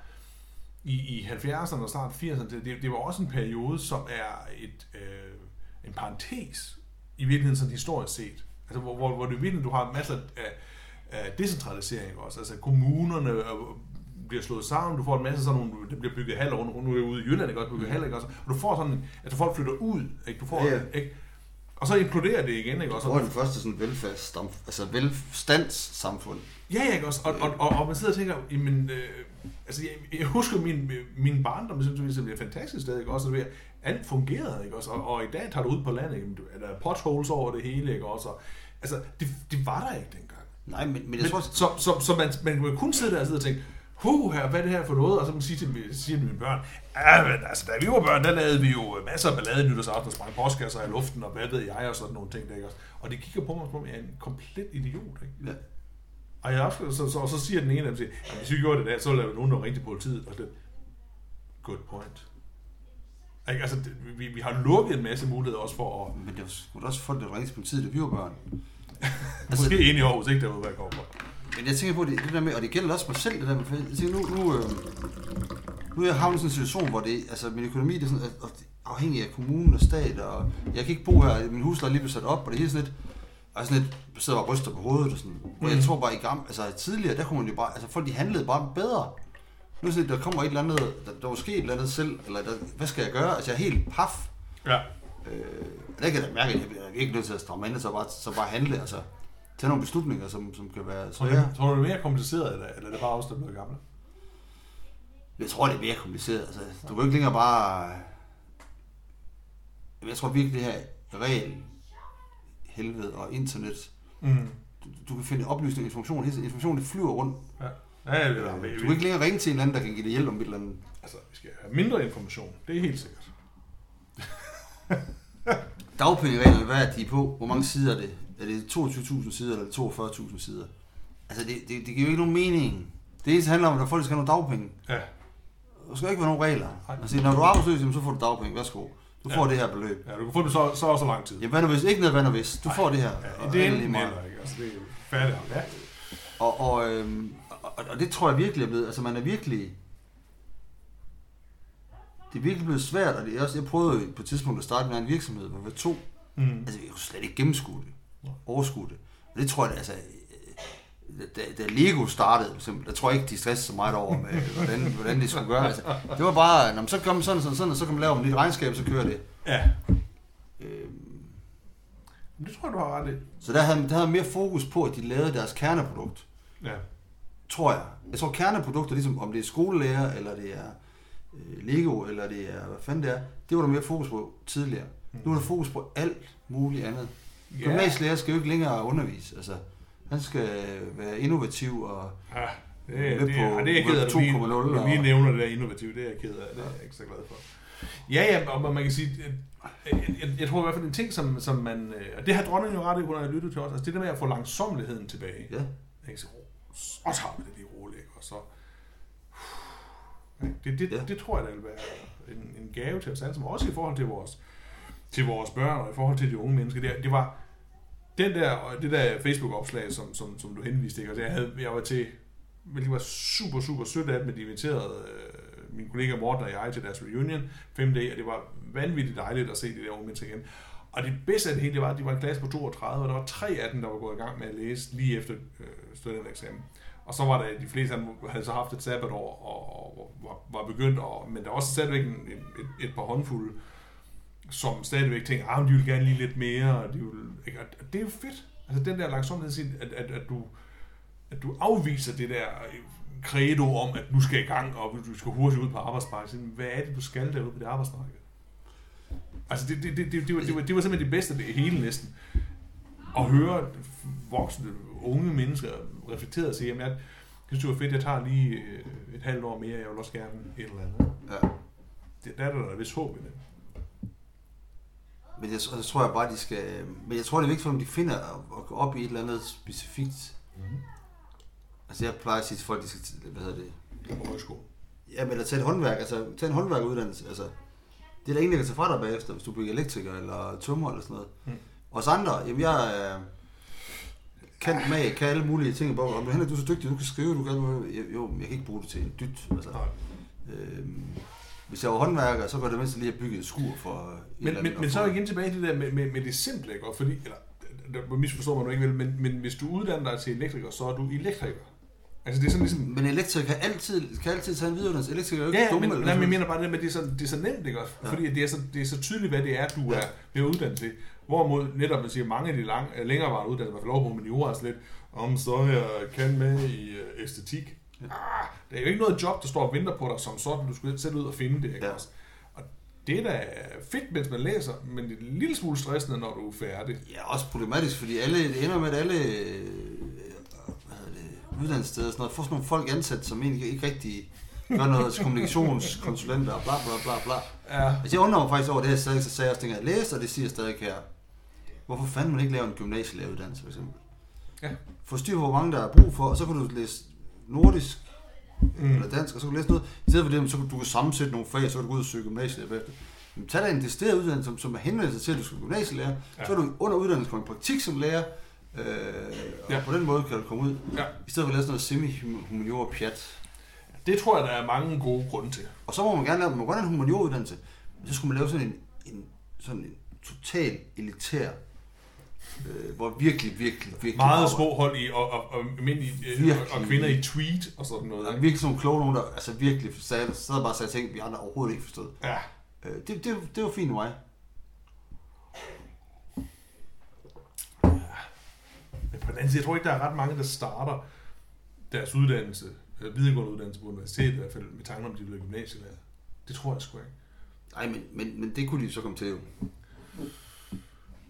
i 70'erne og start 80'erne, det var også en periode, som er en parentes, i virkeligheden sådan historisk set. Altså, hvor det virkelig, du har masser af decentralisering også. Altså, kommunerne bliver slået sammen, du får en masse sådan nogle, der bliver bygget haller rundt, nu er det ude i Jylland, ikke også, bygget haller, ikke også, og du får sådan, at folk flytter ud, ikke? Du får, ikke? Og så imploderer det igen, ikke også? Det var den første sådan velstandssamfund. Ja, ikke også? Og man sidder og tænker, jamen, altså jeg husker min barndom, synes det er fantastisk sted, ikke også? Alt fungerede, ikke også? Og i dag tager du ud på landet, ikke? Der er potholes over det hele, ikke også? Altså, det var der ikke dengang. Nej, men jeg tror... Så man kunne kun sidde der og sidde og tænke, her, hvad er det her for noget? Og så man siger til mine børn, men altså, da vi var børn, der lavede vi jo masser af ballade nytårsaften og sprang postkasser i luften, og hvad ved jeg, og sådan nogle ting, der, ikke også? Og de kigger på mig, som om jeg er en komplet idiot, ikke? Ja. Og jeg også, så siger den ene af dem, hvis vi gjorde det der, så lavede nogen, der ringte til politiet, og det good point. Ikke? Altså, vi har lukket en masse muligheder også for at... Men det var sgu også folk, der ringte til politiet, da vi var børn. Måske inde i Aarhus, ikke der var, hvad jeg kommer på. Men jeg tænker på det der med, og det gælder også mig selv, det der med, jeg tænker nu er jeg havnet i sådan en situation, hvor det, altså min økonomi, det er sådan, afhængig af kommunen og stat, og jeg kan ikke bo her, min husleje er lige blevet sat op, og det hele sådan lidt, og sådan lidt, jeg sidder bare og ryster på hovedet, og sådan, og jeg tror bare i gang, altså tidligere, der kunne man jo bare, altså folk de handlede bare bedre. Nu er sådan lidt, der kommer et eller andet, der var sket et eller andet selv, eller hvad skal jeg gøre, altså jeg er helt paf. Ja. Der kan jeg da mærke, at jeg er virkelig nødt til at stramme ind, så bare handle, altså. Tage nogle beslutninger, som kan være svære. Tror du, det er mere kompliceret, eller er det bare også, der bliver gamle? Jeg tror, det er mere kompliceret. Altså, du kan ikke længere bare... Jeg tror virkelig, det her regel, helvede og internet, du kan finde oplysning og information. Information, det flyver rundt. Ja, du kan ikke længere ringe til en eller anden, der kan give dig hjælp om et eller andet. Altså, vi skal have mindre information. Det er helt sikkert. Dagpengereglerne, hvad er de på? Hvor mange sider er det? Er det 22.000 sider, eller er det 42.000 sider? Altså, det giver jo ikke nogen mening. Det eneste handler om, at folk skal have nogle dagpenge. Ja. Der skal ikke være nogen regler. Altså, når du er arbejdsløs, så får du dagpenge. Værsgo. Du får det her beløb. Ja, du kan få det så lang tid. Ja, hvad nu hvis? Ikke noget, hvad nu hvis. Du får det her. Ja, det er enten eller, ikke? Altså, det er færdigt. Ja. Og det tror jeg virkelig er blevet, altså man er virkelig, det er virkelig blevet svært, og det er også, jeg prøvede på et tidspunkt at starte med en virksomhed, hvor vi var 2, altså jeg kunne slet ikke gennemskue det, overskue det, og det tror jeg, altså, da Lego startede, for eksempel, der tror jeg ikke, de stressede så meget over med, hvordan det skulle gøre, altså, det var bare, så kom sådan, og så kan man lave lidt regnskab, så kører det. Ja. Det tror jeg, du har ret i. Så der havde mere fokus på, at de lavede deres kerneprodukt. Ja. Tror jeg. Jeg tror kerneprodukter, ligesom om det er skolelærer, eller det er Lego, eller det er, hvad fanden det er, det var der mere fokus på tidligere. Nu er der fokus på alt muligt andet. Yeah. Gymnasielærer skal jo ikke længere undervise. Altså, han skal være innovativ og det er jeg ked af, 2,0. Du lige nævner det der innovativ, det er jeg ked af. Det er jeg ikke så glad for. Ja, og man kan sige, jeg tror i hvert fald en ting, som man, og det har dronningen jo ret i, hun har lyttet til os, altså det der med at få langsommeligheden tilbage. Ja. Så tager vi det lige roligt, og så... Det tror jeg, der vil være en gave til os alle sammen, også i forhold til vores børn, og i forhold til de unge mennesker. Det var det der Facebook-opslag, som du henviste, ikke? Og jeg var til, hvilket var super, super sødt at de inviterede min kollega Morten og jeg til deres reunion 5 dage, og det var vanvittigt dejligt at se de der unge mennesker igen. Og det bedste af det hele, det var, at de var en klasse på 32, og der var 3 af dem, der var gået i gang med at læse lige efter studentereksamen. Og så var der de fleste af dem, havde så haft et sabbatår og var begyndt, men der var også stadigvæk et par håndfulde, som stadigvæk tænkte, de vil gerne lige lidt mere, og det er jo fedt. Altså den der langsomhed, at du afviser det der credo om, at nu skal i gang, og du skal hurtigt ud på arbejdsmarkedet. Hvad er det, du skal derude på det arbejdsmarked? Altså det var simpelthen det bedste af det hele næsten. At høre voksne, unge mennesker reflekteret og sige, jamen jeg synes det var fedt, jeg tager lige et halvt år mere, jeg vil også gerne et eller andet. Ja. Der er der vist håb i det. Men jeg tror jeg bare, de skal... Men jeg tror, det er vigtigt for dem, de finder at gå op i et eller andet specifikt. Mm-hmm. Altså jeg plejer at sige til folk, de skal... Hvad hedder det? På højskole. Ja, men at tage et håndværk, altså tage en håndværkeruddannelse, altså... Det er der ingen, der kan tage fra dig bagefter, hvis du bliver elektriker eller tømrer eller sådan noget. Os andre, jamen jeg kan alle mulige ting. Om du er så dygtig, du kan skrive, du kan... Jo, jeg kan ikke bruge det til en dyt, altså... Hvis jeg var håndværker, så var det mindst lige at bygge et skur for... Men så er igen tilbage til det der med det simple, ikke? Fordi, eller, misforstår man nu ikke vel, men hvis du uddanner dig til elektriker, så er du elektriker. Altså det er sådan ligesom... Men elektriker kan altid tage en videreuddannelse. Elektriker er jo ikke dumme. Men jeg mener bare det, men det er så nemt, ikke også? Ja. Fordi det er så tydeligt, hvad det er, du er ved at uddanne til. Hvorimod netop man siger, mange af de længerevarende uddannelser, man får lov på humaniora og lidt, så jeg kan med i æstetik. Ja. Det er jo ikke noget job, der står og venter på dig som sådan, du skal selv ud og finde det, ikke også? Og det er da fedt, mens man læser, men det er en lille smule stressende, når du er færdig. Ja, også problematisk, fordi det ender med, at alle uddannelsessteder og sådan noget, får sådan nogle folk ansat, som egentlig ikke rigtig gør noget til kommunikationskonsulenter og bla bla bla bla. Ja. Altså jeg undrer mig faktisk over det her stadig, så sagde jeg også, at jeg læser, og det siger stadig her. Hvorfor fanden man ikke lave en gymnasielæreruddannelse, for eksempel? Ja. Få styr på, hvor mange der er brug for, og så kan du læse nordisk eller dansk, og så kan du læse noget. I stedet for det, så kan du sammensætte nogle fag, så kan du gå ud og søge gymnasielærer bagefter. Men tag dig en decideret uddannelse, som er henvendt sig til, at du skal gymnasielærer. Ja. Så er du under uddannelse på en praktik som lærer, og på den måde kan du komme ud. Ja. I stedet for at læse noget semi-humaniora pjat. Det tror jeg, der er mange gode grunde til. Og så må man gerne lave en humaniora-uddannelse. Så skulle man lave sådan en total elitær, hvor virkelig meget små hold i, og mænd og kvinder i tweet og sådan noget. Der er virkelig sådan nogle kloge nogen, der altså virkelig sad bare og sagde ting, vi andre overhovedet ikke forstod. Ja. Det var fint med mig. Ja. Men på den anden side, jeg tror ikke, der er ret mange, der starter deres uddannelse, videregående uddannelse på universitetet, i hvert fald med tanken om, de bliver gymnasielærer. Det tror jeg sgu ikke. Nej, men det kunne de så komme til jo.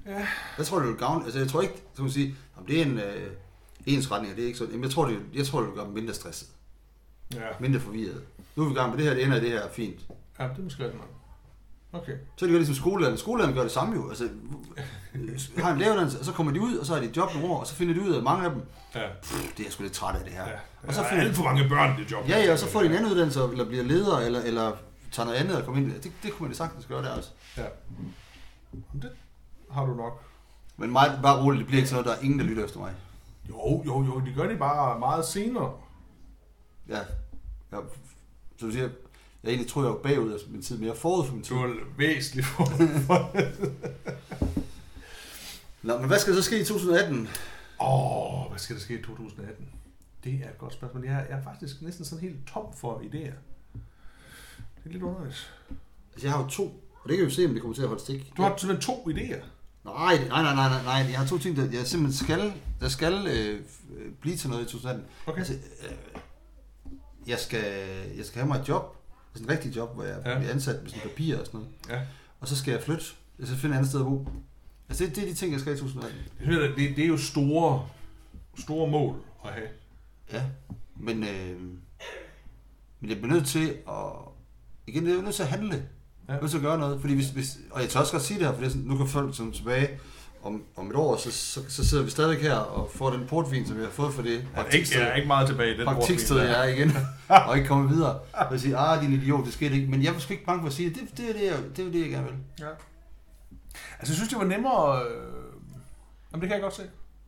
Ja. Jeg tror, det vil gavne. Altså, jeg tror ikke, så man sige, om det er en ensretning, det er ikke sådan. Jamen, jeg tror, det vil gøre dem mindre stresset. Ja. Mindre forvirret. Nu er vi i gang med det her, det ender i det her, fint. Ja, det er måske rigtig nok. Okay. Så er det jo ligesom skolelederne. Skolelederne gør det samme jo. Altså, har en læreruddannelse, og så kommer de ud, og så har de et job nogle år, og så finder de ud af, at mange af dem, det er jeg sgu lidt træt af det her. Ja. Og så finder alt for mange børn det job. Ja, og så får de en anden uddannelse, eller bliver leder, eller tager noget andet og kommer ind. Det kunne man da sagtens gøre der også. Ja. Det har du nok. Men bare roligt, det bliver ikke sådan noget, der er ingen, der lytter efter mig. Jo, de gør det bare meget senere. Ja. Så du siger, jeg egentlig tror, jeg var bagud af min tid, men jeg er forud for min tid. Du er væsentligt forud for Nå, men hvad skal der så ske i 2018? Hvad skal der ske i 2018? Det er et godt spørgsmål. Jeg er faktisk næsten sådan helt tom for idéer. Det er lidt underligt. Altså, jeg har jo 2, og det kan vi se, om det kommer til at holde stik. Du har simpelthen 2 idéer? Nej. Jeg har 2 ting, der jeg simpelthen skal blive til noget i 2018. Okay. Altså, jeg skal have mig et job, sådan et rigtigt job, hvor jeg bliver ansat med sådan papir og sådan noget. Ja. Og så skal jeg flytte. Jeg skal finde et andet sted at bo. Altså, det er de ting, jeg skal i 2018. Det er jo store mål at have. Ja, men jeg bliver nødt til at... Igen, jeg er nødt til at handle. Jeg er nødt til at gøre noget. Fordi hvis og jeg tør også godt sige det her, for nu kan folk sådan tilbage om et år, så sidder vi stadig her og får den portvin, som vi har fået for det. Jeg er ikke meget tilbage i den praktiksted, jeg er igen, og ikke komme videre. Og jeg siger, din idiot, det skete ikke. Men jeg er sgu ikke bange for at sige, det er det, jeg gerne vil. Ja. Altså, jeg synes, det var nemmere... Jamen, det kan jeg godt se.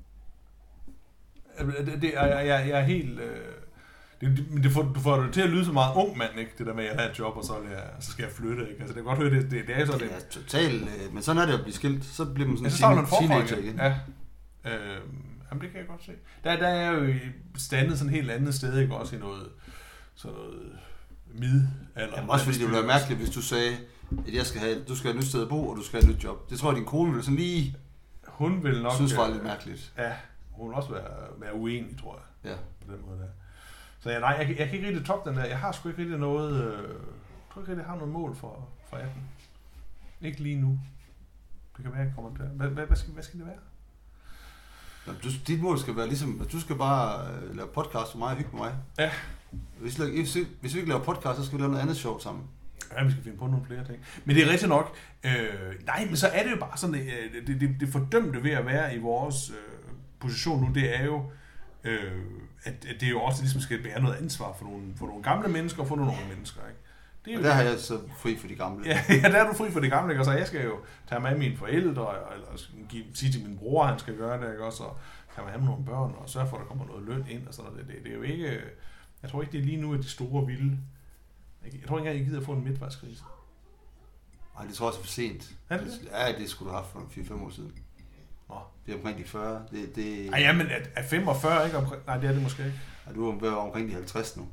Jeg er helt... Du får det til at lyde så meget ung mand, ikke? Det der med, at jeg har et job, og så skal jeg flytte, ikke? Altså, det er godt høre, det er sådan... Det er totalt... Men sådan er det at blive skilt. Så bliver man sådan en teenager igen. Ja. Jamen, det kan jeg godt se. Der er jo standet sådan et helt andet sted, ikke? Også i noget... Sådan noget... middelalder. Jamen, også fordi det ville være mærkeligt, hvis du sagde, at du skal have et nyt sted at bo, og du skal have et nyt job. Det tror jeg, din kone ville sådan lige... Hun vil nok... synes var lidt mærkeligt. Ja, hun vil også være uenig, tror jeg. Ja. På den måde der. Så jeg kan ikke rigtig toppe den der. Jeg har sgu ikke rigtig noget... jeg tror ikke rigtig, jeg har noget mål for 18. Ikke lige nu. Det kan være, jeg kommer der. Hvad skal det være? Jamen, dit mål skal være ligesom, at du skal bare lave podcast for mig og hygge med mig. Ja. Hvis vi ikke laver podcast, så skal vi lave noget andet sjovt sammen. Ja, vi skal finde på nogle flere ting. Men det er rigtigt nok. Nej, men så er det jo bare sådan, det fordømte ved at være i vores position nu, det er jo, at det jo også ligesom skal bære noget ansvar for nogle gamle mennesker og for nogle unge mennesker, ikke? Det er jo der har jeg så fri for de gamle. Ja, der er du fri for de gamle, ikke? Og så jeg skal jo tage med mine forældre, eller sige til min bror, han skal gøre det, ikke? Og så tage med ham nogle børn, og sørge for, at der kommer noget løn ind, og sådan noget. Det er jo ikke, jeg tror ikke, det er lige nu, at de store vilde. Jeg tror ikke engang, jeg gider at få en midtvejskrise. Nej, det tror jeg også er for sent. Er det? Ja, det skulle du have for 4-5 år siden. Nå. Det er omkring de 40. Ej, ja, men er 45 ikke omkring? Nej, det er det måske ikke. Ja, du er omkring de 50 nu.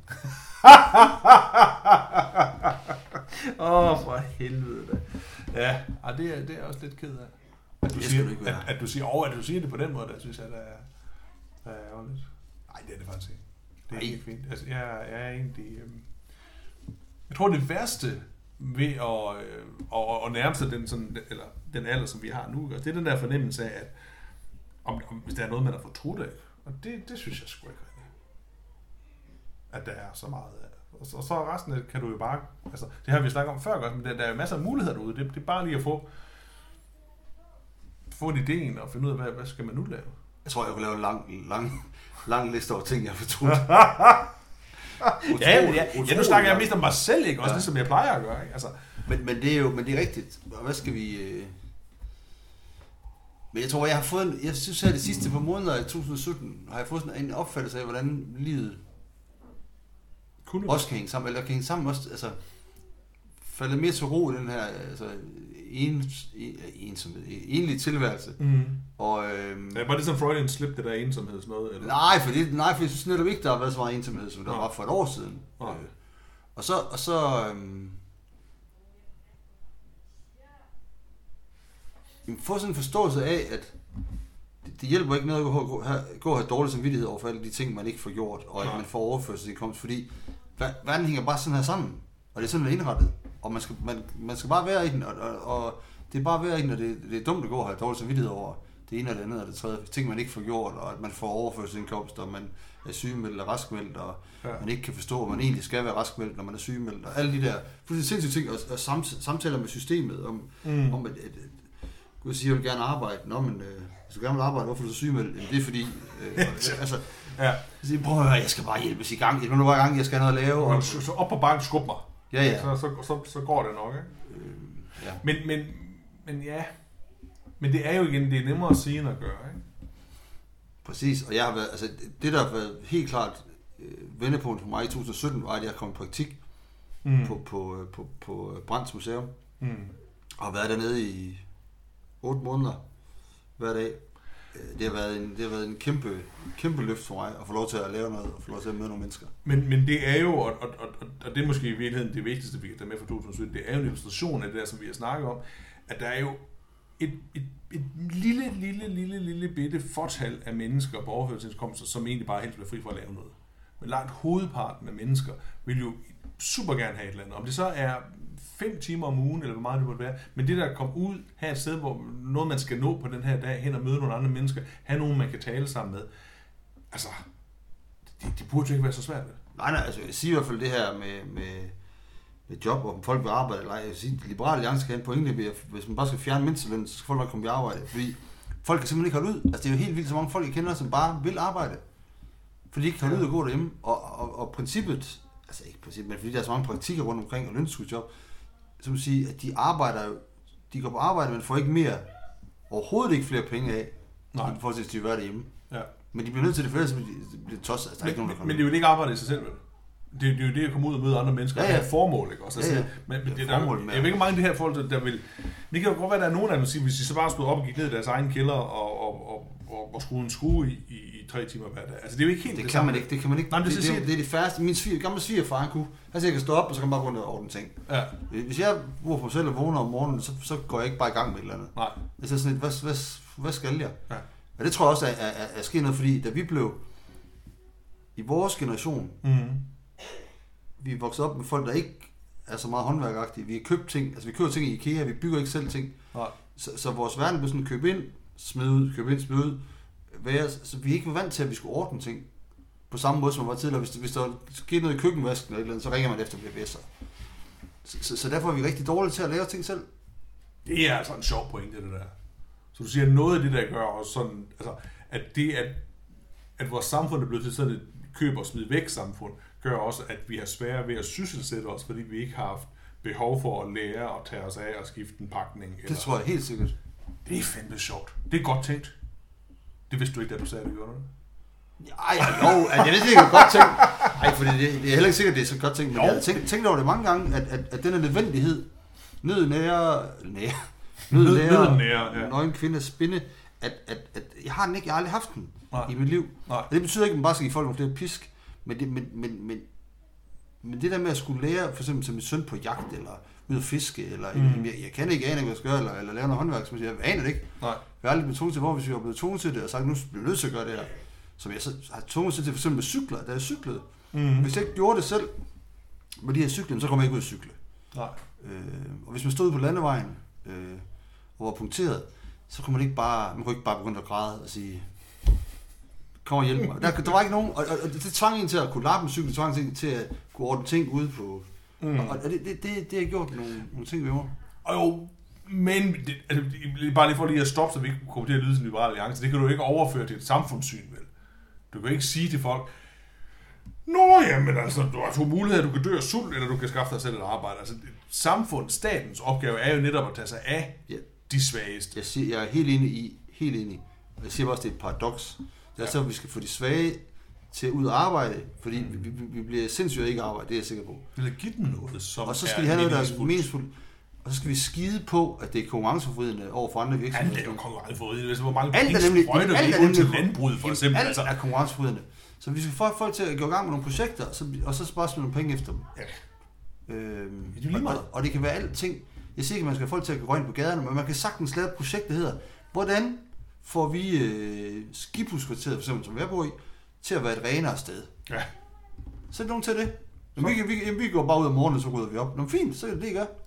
For helvede da. Ja, det er også lidt ked af. At du siger det på den måde, der synes jeg, der er ærgerligt. Nej, det er det faktisk ikke. Det er ikke fint. Altså, jeg er egentlig... Jeg tror, det værste ved at nærme sig den alder, som vi har nu, det er den der fornemmelse af, at om hvis der er noget, man har fortrudt af, og det synes jeg sgu ikke rigtigt. At der er så meget af. Og så resten af det kan du jo bare... Altså, det har vi snakket om før godt, men der er jo masser af muligheder derude. Det er bare lige at få en idé og finde ud af, hvad skal man nu lave? Jeg tror, jeg kunne lave en lang liste over ting, jeg har fortrudt. Nu snakker jeg mest om mig selv, ikke? Også ligesom jeg plejer at gøre, ikke? Altså. Men det er rigtigt. Og hvad skal vi... Men jeg tror, jeg synes her de sidste par måneder i 2017, har jeg fået sådan en opfattelse af, hvordan livet også kan hænge sammen, eller kan hænge sammen også, altså faldet mere til ro i den her, altså enlig tilværelse. Og var det sådan Freudian slip, det der ensomhed sådan noget? Eller? Nej, for jeg synes netop ikke, der har været så meget ensomhed, som der var for et år siden. Og så få sådan en forståelse af, at det hjælper ikke noget at gå og have dårlig samvittighed over for alle de ting, man ikke får gjort, og at man får overførselsindkomst, fordi verden hænger bare sådan her sammen, og det er sådan, den er indrettet, og man skal bare være i den, og det er bare ved at det er dumt at gå og have dårlig samvittighed over det ene og det andet og det tredje. Ting, man ikke får gjort, og at man får overførselsindkomst, og man er sygemeldt og raskmeldt, og man ikke kan forstå, at man egentlig skal være raskmeldt, når man er sygemeldt, og alle de der fuldstændig sindssyge ting, og samtaler med systemet om at Gud siger, at jeg vil gerne arbejde. Nå, men hvis du gerne vil arbejde, hvorfor er du så sygemeldt? Jamen, det er fordi, prøv at høre, jeg skal bare hjælpes i gang. Nu var i gang, jeg skal have noget at lave. Og så op på bakken, skub mig. Ja. Så går det nok, ikke? Men det er jo igen, det er nemmere at sige end at gøre, ikke? Præcis, og jeg har været, altså det der har været helt klart vendepunkt for mig i 2017, var, at jeg kom i praktik på Brands Museum. Og har været dernede i 8 måneder hver dag. Det har været en kæmpe løft for mig at få lov til at lave noget og få lov til at møde nogle mennesker. Men det er jo, og det er måske i virkeligheden det vigtigste, vi kan tage med fra 2017, det er jo en illustration af det der, som vi har snakket om, at der er jo et lille bitte fortal af mennesker på overførselsindkomster, som egentlig bare helst bliver fri for at lave noget. Men langt hovedparten af mennesker vil jo super gerne have et eller andet. Om det så er 5 timer om ugen, eller hvor meget det måtte være, men det der at komme ud, have et sted, hvor noget man skal nå på den her dag, hen og møde nogle andre mennesker, have nogen man kan tale sammen med, altså, det burde jo ikke være så svært. Nej, altså jeg siger i hvert fald det her med job, og om folk vil arbejde, eller jeg vil sige, at Liberale Alliance skal have en pointe, hvis man bare skal fjerne mindsteløn, så skal folk nok komme i arbejde, fordi folk kan simpelthen ikke holde ud. Altså det er jo helt vildt, så mange folk jeg kender, som bare vil arbejde, fordi de ikke kan holde ud og gå derhjemme, og princippet, altså ikke princippet, men fordi der er så mange praktikker rundt omkring og løntilskudsjob, som vil sige, at de går på arbejde, men får ikke mere, overhovedet ikke flere penge af, i forhold til, at de vil være derhjemme. Ja. Men de bliver nødt til det, for ellers bliver tosset. Altså, der er ikke nogen, der kommer. Men det er jo ikke arbejde i sig selv, vel? Det er jo det at komme ud og møde andre mennesker. Ja. Det er formål, ikke også? Altså, ja. Men det er formål, jeg ved ikke mange af de her folk, der vil... Det kan jo godt være, der er nogen af dem, der siger, hvis de så bare skulle op og gik ned i deres egen kælder og skrue en skrue i 3 timer hver dag. Altså det er jo ikke helt det kan man ikke. Det kan man ikke. Nej, det er det færreste. Min gamle svigerfar, han kunne. Han siger, jeg kan stå op, og så kan man bare gå rundt og ordne ting. Ja. Hvis jeg bor for mig selv og vågner om morgenen, så går jeg ikke bare i gang med et eller andet. Nej. Altså sådan et, hvad skal jeg? Ja. Og det tror jeg også er sket noget, fordi da vi blev i vores generation, vi er vokset op med folk, der ikke er så meget håndværkagtige. Vi har købt ting, altså vi køber ting i IKEA, vi bygger ikke selv ting. Nej. Så vores verden blev sådan køb ind, smid ud, så vi ikke var vant til, at vi skulle ordne ting på samme måde, som man var tidligere. Hvis der skete noget i køkkenvasken eller et eller andet, så ringer man efter BBS'er. Så derfor er vi rigtig dårlige til at lave ting selv. Det er altså en sjov pointe, det der. Så du siger, noget af det, der gør også sådan, altså, at det, at vores samfund er blevet til sådan et køb og smid væk samfund, gør også, at vi har svært ved at sysselsætte os, fordi vi ikke har haft behov for at lære og tage os af og skifte en pakning. Eller... Det tror jeg helt sikkert. Det er fandme sjovt. Det er godt tænkt. Det vidste du ikke, da du sagde det, gjorde du det? Det er sikkert godt tænkt. Ej, fordi det er heller ikke sikkert, det er så godt tænkt. Men jeg har tænkt over det mange gange, at den er nødvendighed, nødnære, nøgen kvinde spinde, at jeg har den ikke, jeg har aldrig haft den i mit liv. Og det betyder ikke, at man bare skal give folk nogle flere pisk, men det der med at skulle lære, for eksempel til min søn på jagt, eller ud at fiske, eller jeg kan ikke ane, hvad jeg skal gøre, eller lave noget håndværk, som jeg aner det ikke. Nej. Jeg har aldrig blevet tvunget til, hvis vi var blevet tvunget til det, og sagt, nu bliver jeg nødt til at gøre det her, som jeg så har tvunget til, for eksempel med cykler, da jeg cyklede. Hvis jeg ikke gjorde det selv, med de her cykler, så kommer jeg ikke ud at cykle. Nej. Og hvis man stod på landevejen, og var punkteret, så kunne man ikke bare begynde at græde og sige, kom og hjælp mig. Der var ikke nogen, og det tvang en til at kunne lappe en cykel, det tvang en til at kunne ordne ting ude på... Og det har gjort nogle ting ved mig. Jo, men bare lige for lige at stoppe, så vi ikke kommer til at lyde som Liberale Alliance, det kan du ikke overføre til et samfundssyn, vel? Du kan ikke sige til folk, nå jamen altså, du har 2 muligheder, du kan dø af sult, eller du kan skaffe dig selv et arbejde. Altså statens opgave er jo netop at tage sig af de svageste. Jeg er helt enig. Og jeg siger også, det er et paradoks. Det er så, at vi skal få de svage til at ud og arbejde, fordi vi bliver sindssygt ikke arbejde, det er jeg sikker på. Eller give dem noget, som og så skal de have noget, der er meningsfuldt. Og så skal vi skide på, at det er konkurrenceforvridende over for andre virksomheder. Alt er jo konkurrenceforvridende. Hvor mange penge sprøjter vi ud til landbruget, for eksempel. Alt er konkurrenceforvridende. Så vi skal få folk til at gå i gang med nogle projekter, og så bare smide nogle penge efter dem. Ja. Og det kan være alting. Jeg siger ikke, at man skal have folk til at gå ind på gaderne, men man kan sagtens lave et projekt, der hedder, hvordan får vi Skibhuskvarteret, for eksempel, som jeg bor i, til at være et renere sted. Ja. Sæt nogen til det. Vi går bare ud om morgenen, så rydder vi op. Nå, fint, så er det gør.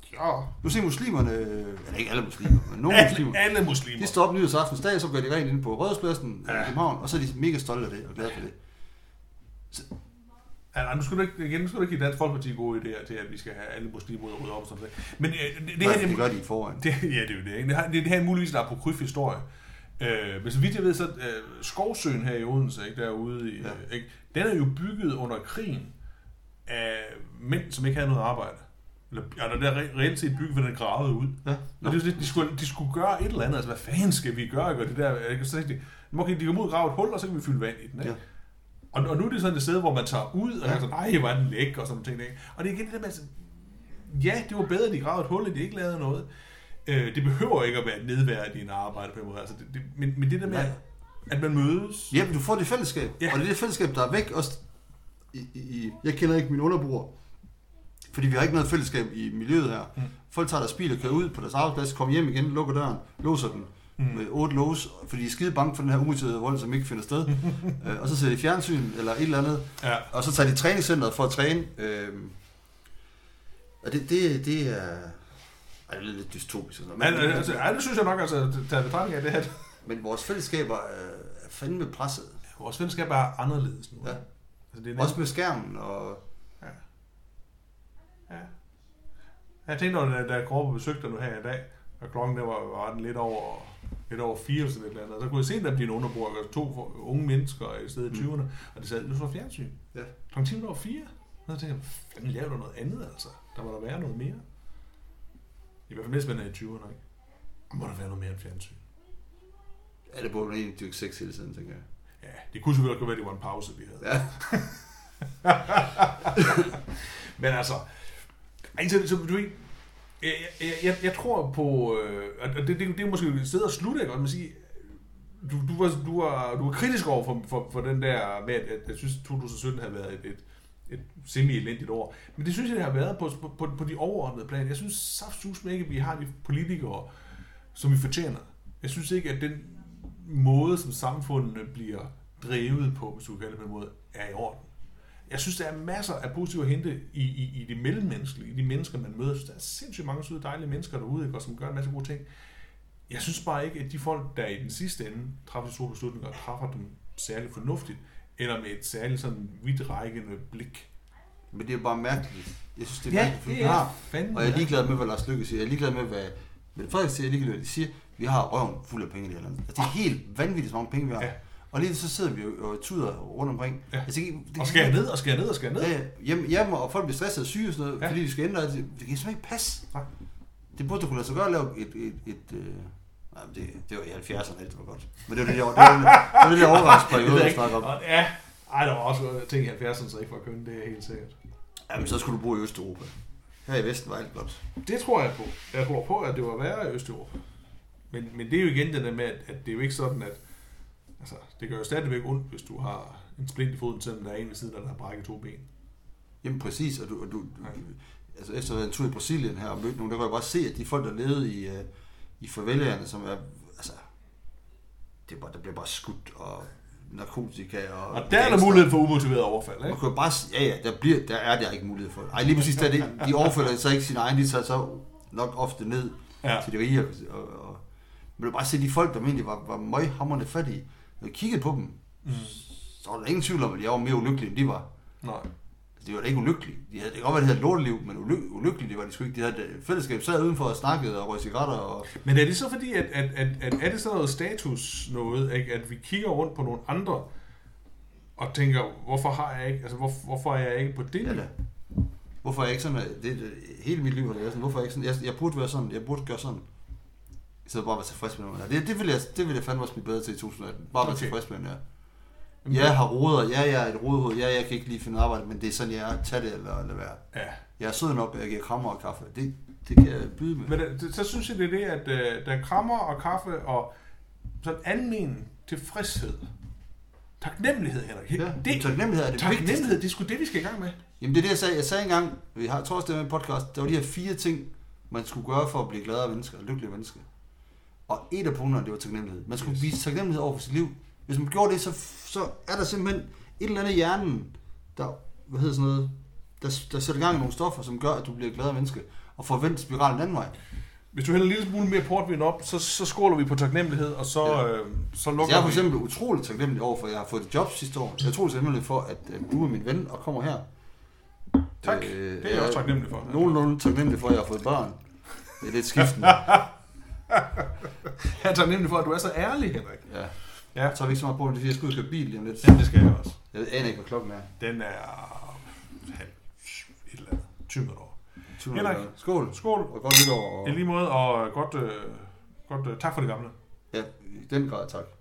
Ja. Du ser muslimerne, eller ikke alle muslimer, men nogle muslimer. Alle muslimer. De står op nytårsaftensdag, så gør de rent inde på Rådhuspladsen i København, og så er de mega stolte af det og glade for det. Så... Ja, nu skal du ikke give Dansk Folkeparti gode idéer til, at vi skal have alle muslimer ud og rydde op. Sådan det. Men det gør de i forvejen. Det er jo det. Ikke? Det her er muligvis en apokryf historie. Men så vidt jeg ved, så Skovsøen her i Odense, ikke, derude, ikke, den er jo bygget under krigen af mænd, som ikke havde noget arbejde. Eller der er reelt set bygget, for den gravede ud. Ja. Og det de skulle gøre et eller andet. Altså, hvad fanden skal vi gøre? Og det der, så de komme ud og grave et hul, og så kan vi fylde vand i den. Ikke? Ja. Og nu er det sådan et sted, hvor man tager ud, og sådan, ej, hvor er den læk, og sådan ting. Ikke? Og det er igen det der med, altså, ja, det var bedre, at de gravede et hul, end de ikke lavede noget. Det behøver ikke at være et nedværdigende arbejde på en måde. Altså, men det der med, at man mødes... Ja, men du får det fællesskab. Ja. Og det er det fællesskab, der er væk også. Jeg kender ikke min underbror, fordi vi har ikke noget fællesskab i miljøet her. Folk tager deres bil og kører ud på deres arbejdsplads, kommer hjem igen, lukker døren, låser den med 8 lås, fordi de er skide bange for den her umotiverede vold, som ikke finder sted. Og så ser de fjernsyn eller et eller andet, og så tager de træningscenteret for at træne. Og det er... Ej, det er lidt dystopisk. Det synes jeg nok, altså, tager betragtning af det her. Men vores fællesskaber er fandme presset. Ja, vores fællesskaber er anderledes nu. Ja. Altså, det er også med skærmen og... Ja. Jeg tænkte, da jeg går på besøgte dig nu her i dag, og klokken der var den lidt over 4 eller sådan et eller andet, og så kunne jeg se, at der blev en underbrug, og 2 unge mennesker i stedet i 20'erne, og det sad, nu så fjernsyn. Ja. Klokken 10 over 4. Og så tænkte jeg, fanden laver du noget andet, altså? Der må der være noget mere. I hvert fald mest, man er i 20'erne, ikke? Og må der være noget mere end fjernsyn. Ja, det burde man egentlig dyrke sex hele tiden, tænker jeg. Ja, det kunne selvfølgelig godt være, at det var en pause, vi havde. Ja. Men altså, så du ikke... Jeg tror på... Og det er måske et sted at slutte, ikke? Man sige, du var kritisk over for den der med, at jeg synes, 2017 havde været et semi-elendigt år. Men det synes jeg, det har været på de overordnede plan. Jeg synes saftsusme ikke, at vi har de politikere, som vi fortjener. Jeg synes ikke, at den måde, som samfundene bliver drevet på, hvis du kan kalde det på en måde, er i orden. Jeg synes, der er masser af positive at hente i det mellemmenneskelige, i de mennesker, man møder. Jeg synes, der er sindssygt mange søde, dejlige mennesker derude, ikke, og som gør en masse gode ting. Jeg synes bare ikke, at de folk, der i den sidste ende træffer de store beslutninger, træffer dem særligt fornuftigt, eller med et særligt sådan vidtrækkende blik. Men det er bare mærkeligt. Jeg synes, det er mærkeligt, det er fandme. Og jeg er ligeglad med, hvad Lars Løkke siger. Jeg er ligeglad med, hvad Frederik siger. Jeg er ligeglad med, hvad de siger. Vi har røven fuld af penge i det her land. Altså, det er helt vanvittigt, så mange penge vi har. Ja. Og lige så sidder vi jo og tuder rundt omkring. Ja. Altså, og skærer ned. Ja, hjemme, og folk bliver stresset og syge og sådan noget, fordi vi skal ændre. Det kan simpelthen ikke passe. Nej. Det burde du kunne lade sig gøre at lave det var i 70'erne, alt var godt. Men det var det der overgangsperiode, jeg snakker om. Ja, der var også ting i 70'erne, så ikke var kønne, det er helt sikkert. Jamen, så skulle du bo i Østeuropa. Her i Vesten var alt godt. Det tror jeg på. Jeg tror på, at det var værre i Østeuropa. Men det er jo igen det der med, at det er jo ikke sådan, at altså, det gør jo stadigvæk ondt, hvis du har en splint i foden, selvom der er en ved siden, der har brækket 2 ben. Jamen præcis, og du altså efter at have været en tur i Brasilien her og mødt nogen, der kan jeg bare se, at de folk, der levede i favelaerne, som er, altså, der bliver bare skudt og narkotika og der er der mulighed for umotiveret overfald, ikke? Man kan bare, der er der ikke mulighed for. Ej, lige præcis, de overfalder så ikke sin egen, de tager så nok ofte ned til de rige, og men du bare se de folk, der egentlig var møghamrende fattige, når jeg kiggede på dem, så var der ingen tvivl om, at de var mere ulykkelige, end de var. Nej. De var da ikke ulykkelige. Det kan godt være, at de havde et lorteliv, men ulykkelige var de sgu ikke. De havde et fællesskab, sad udenfor og snakkede og røg cigaretter. Og... Men er det så fordi, at er det sådan noget status noget, ikke? At vi kigger rundt på nogle andre og tænker, hvorfor er jeg ikke på det? Ja, da. Hvorfor er jeg ikke sådan? Hele mit liv har det været sådan. Hvorfor er jeg ikke sådan? Jeg burde være sådan. Jeg burde gøre sådan. Så bare være tilfreds med noget. Det vil jeg fandme også blive bedre til i 2018. Bare være tilfreds med den her. Jeg har roder, jeg er et rodehoved, jeg kan ikke lige finde arbejde, men det er sådan, jeg er. Tag det eller lade være. Ja. Jeg er sød nok, og jeg giver krammer og kaffe. Det kan jeg byde med. Men så synes jeg, det er det, at der er krammer og kaffe og sådan almen tilfredshed. Taknemmelighed, Henrik. Ja, taknemmelighed er det taknemmelighed, det er sgu det, vi skal i gang med. Jamen det er det, jeg sagde. Jeg sagde engang, jeg tror også, det var en podcast, der var de her 4 ting, man skulle gøre for at blive gladere mennesker, lykkelige mennesker. Og et af punkterne, det var taknemmelighed. Man skulle vise taknemmelighed over for sit liv. Hvis man gjorde det, så er der simpelthen et eller andet i hjernen, der, der sætter gang i nogle stoffer, som gør, at du bliver gladere menneske. og få vendt spiralen den anden vej. Hvis du hælder en lille smule mere portvin op, så skåler vi på taknemmelighed, og så lukker vi. Jeg er for eksempel utroligt taknemmelig over, for jeg har fået et job sidste år. Jeg er utroligt taknemmelig for, at du er min ven og kommer her. Tak, det er jeg også taknemmelig for. Nogenlunde taknemmelig for, at jeg har fået børn. Det er lidt skiftende. Jeg er taknemmelig for, at du er så ærlig, Henrik. Ja. Så er vi ikke så meget på, at jeg skal ud og køre bil lige om lidt. Ja, det skal jeg også. Jeg aner ikke, hvad klokken er. Den er et eller andet. 20 minutter over. Henrik, skål. Skål. Og godt nytår. I lige måde, og godt tak for det gamle. Ja, i den grad tak.